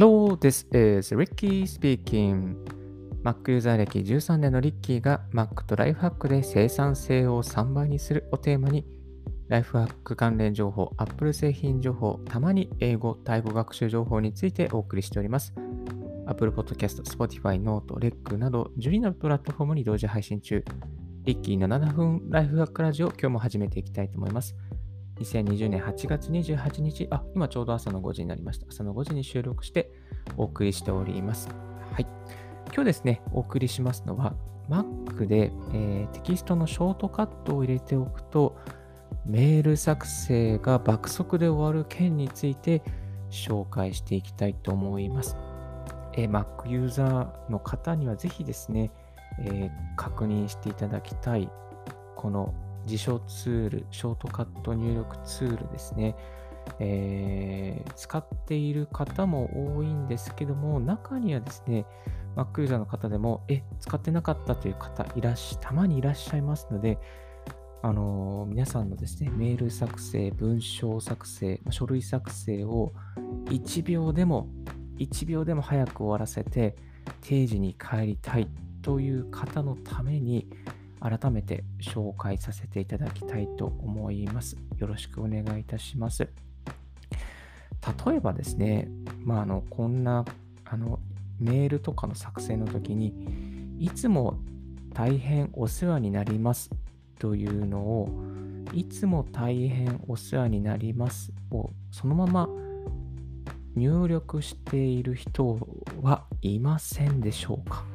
Hello, this is Ricky speaking. Mac ユーザー歴13年のリッキーが Mac とライフハックで生産性を3倍にするをテーマに、ライフハック関連情報、Apple 製品情報、たまに英語、タイ語学習情報についてお送りしております。Apple Podcast、Spotify、Note、REC など12のプラットフォームに同時配信中。リッキーの7分ライフハックラジオ、今日も始めていきたいと思います。2020年8月28日、今ちょうど朝の5時になりました。朝の5時に収録してお送りしております。はい。今日ですね、お送りしますのは、Mac で、テキストのショートカットを入れておくと、メール作成が爆速で終わる件について紹介していきたいと思います。Mac ユーザーの方にはぜひですね、確認していただきたい、この辞書ツール、ショートカット入力ツールですね。使っている方も多いんですけども、中にはですね、Mac ユーザーの方でも、使ってなかったという方たまにいらっしゃいますので、皆さんのですね、メール作成、文章作成、書類作成を1秒でも早く終わらせて、定時に帰りたいという方のために、改めて紹介させていただきたいと思います。よろしくお願いいたします。例えばですね、こんなメールとかの作成の時に、いつも大変お世話になりますというのを、いつも大変お世話になりますをそのまま入力している人はいませんでしょうか？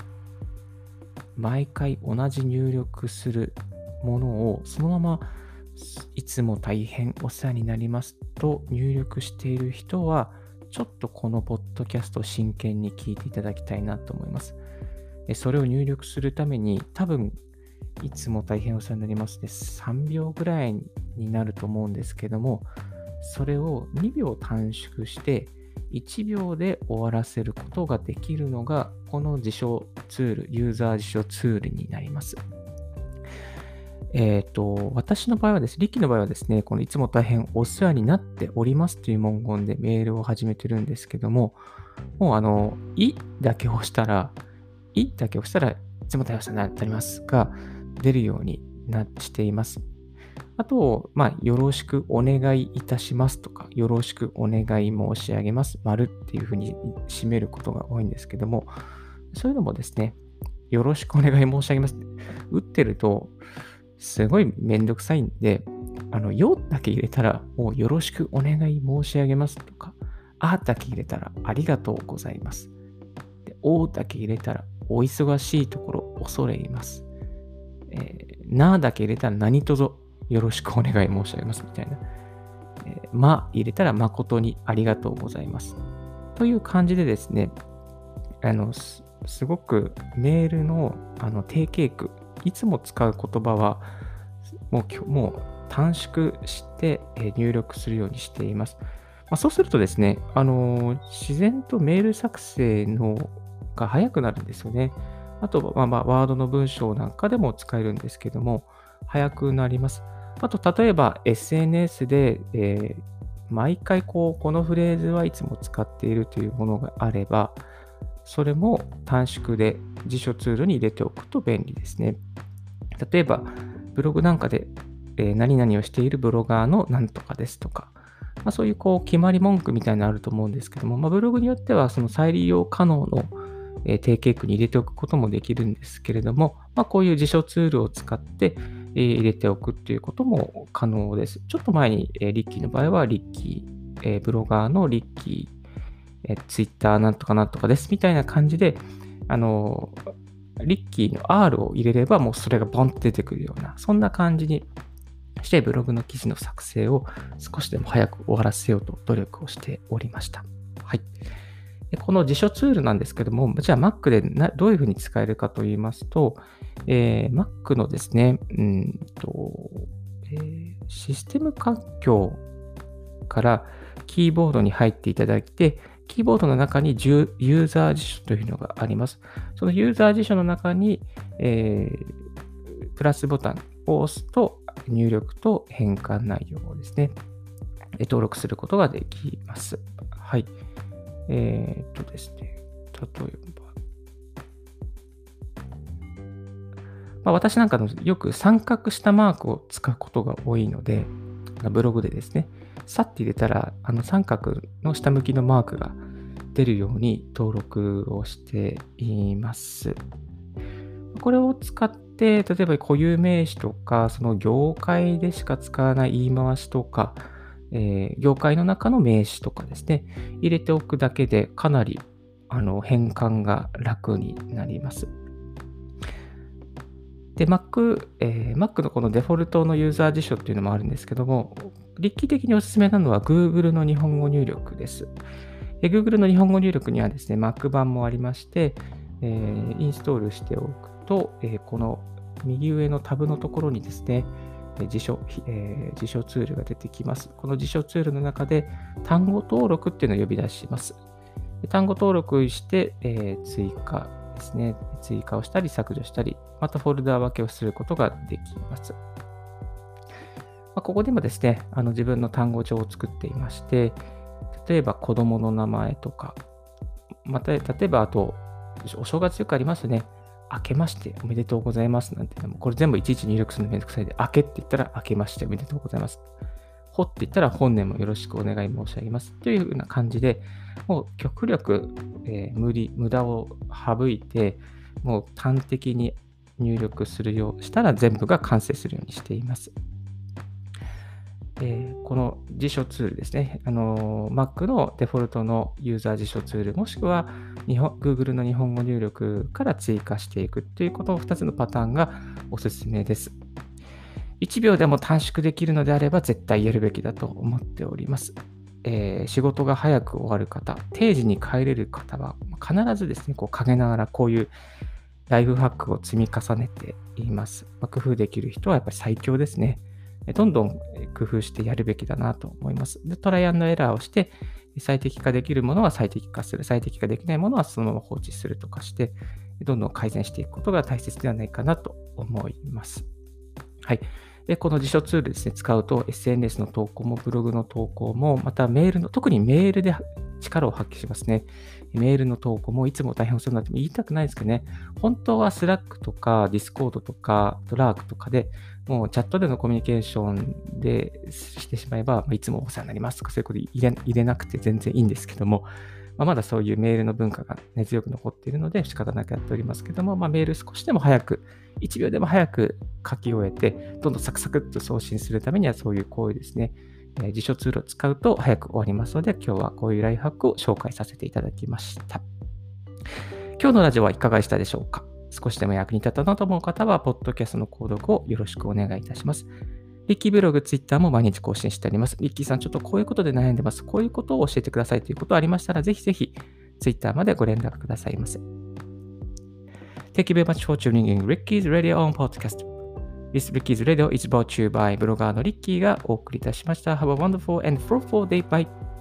毎回同じ入力するものをそのままいつも大変お世話になりますと入力している人は、ちょっとこのポッドキャストを真剣に聞いていただきたいなと思います。それを入力するために多分いつも大変お世話になりますで3秒ぐらいになると思うんですけども、それを2秒短縮して1秒で終わらせることができるのがこの辞書ツール、ユーザー辞書ツールになります。私の場合はですね、リッキーの場合はですね、このいつも大変お世話になっておりますという文言でメールを始めてるんですけども、もういだけ押したら、いつも大変お世話になりますが出るようにしています。あと、よろしくお願いいたしますとか、よろしくお願い申し上げます、丸っていうふうに締めることが多いんですけども、そういうのもですね、よろしくお願い申し上げますって打ってると、すごいめんどくさいんで、よだけ入れたら、もうよろしくお願い申し上げますとか、あだけ入れたらありがとうございます。で、おだけ入れたらお忙しいところ恐れ入ります。なだけ入れたら何卒よろしくお願い申し上げますみたいな。入れたら誠にありがとうございます。という感じでですね、すごくメールの定型句、いつも使う言葉はもう短縮して入力するようにしています。そうするとですね、自然とメール作成が早くなるんですよね。あとは、ワードの文章なんかでも使えるんですけども、早くなります。あと、例えば SNS で、毎回このフレーズはいつも使っているというものがあれば、それも短縮で辞書ツールに入れておくと便利ですね。例えば、ブログなんかで、何々をしているブロガーのなんとかですとか、そういう決まり文句みたいなのあると思うんですけども、ブログによってはその再利用可能の定型句に入れておくこともできるんですけれども、こういう辞書ツールを使って入れておくっていうことも可能です。ちょっと前にリッキーの場合はリッキー、ブロガーのリッキー、ツイッターなんとかなんとかですみたいな感じで、リッキーの R を入れればもうそれがボンって出てくるような、そんな感じにしてブログの記事の作成を少しでも早く終わらせようと努力をしておりました。はい。この辞書ツールなんですけども、じゃあ Mac でどういうふうに使えるかと言いますと、Mac のですね、システム環境からキーボードに入っていただいて、キーボードの中にユーザー辞書というのがあります。そのユーザー辞書の中に、プラスボタンを押すと入力と変換内容をですね、登録することができます。はい。 ですね、例えば、私なんかよく三角したマークを使うことが多いので、ブログでですね、さって入れたら、三角の下向きのマークが出るように登録をしています。これを使って、例えば固有名詞とか、その業界でしか使わない言い回しとか、業界の中の名詞とかですね、入れておくだけでかなり変換が楽になります。で、Mac のこのデフォルトのユーザー辞書っていうのもあるんですけども、立機的におすすめなのは Google の日本語入力です。Google の日本語入力にはですね、Mac 版もありまして、インストールしておくと、この右上のタブのところにですね、辞書ツールが出てきます。この辞書ツールの中で単語登録っていうのを呼び出します。単語登録して、追加ですね。追加をしたり削除したり、またフォルダ分けをすることができます。ここでもですね、自分の単語帳を作っていまして、例えば子供の名前とか、また例えばあと、お正月よくありますね。明けましておめでとうございますなんていうのも、これ全部いちいち入力するのめんどくさいで、明けって言ったら明けましておめでとうございます。ほって言ったら本年もよろしくお願い申し上げます。というような感じで、もう極力、無駄を省いて、もう端的に入力するようしたら全部が完成するようにしています。この辞書ツールですね。Mac のデフォルトのユーザー辞書ツール、もしくはGoogle の日本語入力から追加していくということの2つのパターンがおすすめです。1秒でも短縮できるのであれば絶対やるべきだと思っております。仕事が早く終わる方、定時に帰れる方は必ずですね、陰ながらこういうライフハックを積み重ねています。工夫できる人はやっぱり最強ですね。どんどん工夫してやるべきだなと思います。で、トライアンドエラーをして、最適化できるものは最適化する、最適化できないものはそのまま放置するとかして、どんどん改善していくことが大切ではないかなと思います。はい。で、この辞書ツールですね、使うと SNS の投稿もブログの投稿も、また特にメールで力を発揮しますね。メールの投稿もいつも大変お世話になっても言いたくないですけどね、本当は Slack とか Discord とか Lark とかで、もうチャットでのコミュニケーションでしてしまえば、いつもお世話になりますとかそういうこと入れなくて全然いいんですけども、まだそういうメールの文化が根強く残っているので仕方なくやっておりますけども、メール少しでも早く、1秒でも早く書き終えて、どんどんサクサクっと送信するためにはそういうこういうですね、辞書ツールを使うと早く終わりますので、今日はこういうライフハックを紹介させていただきました。今日のラジオはいかがでしたでしょうか？少しでも役に立ったなと思う方は、ポッドキャストの購読をよろしくお願いいたします。リッキーブログ、ツイッターも毎日更新しております。リッキーさん、ちょっとこういうことで悩んでます。こういうことを教えてくださいということがありましたら、ぜひぜひ、ツイッターまでご連絡くださいませ。Thank you very much for tuning in Ricky's Radio on Podcast.This Ricky's Radio is brought to you by ブロガーのリッキーがお送りいたしました。Have a wonderful and fruitful day. Bye.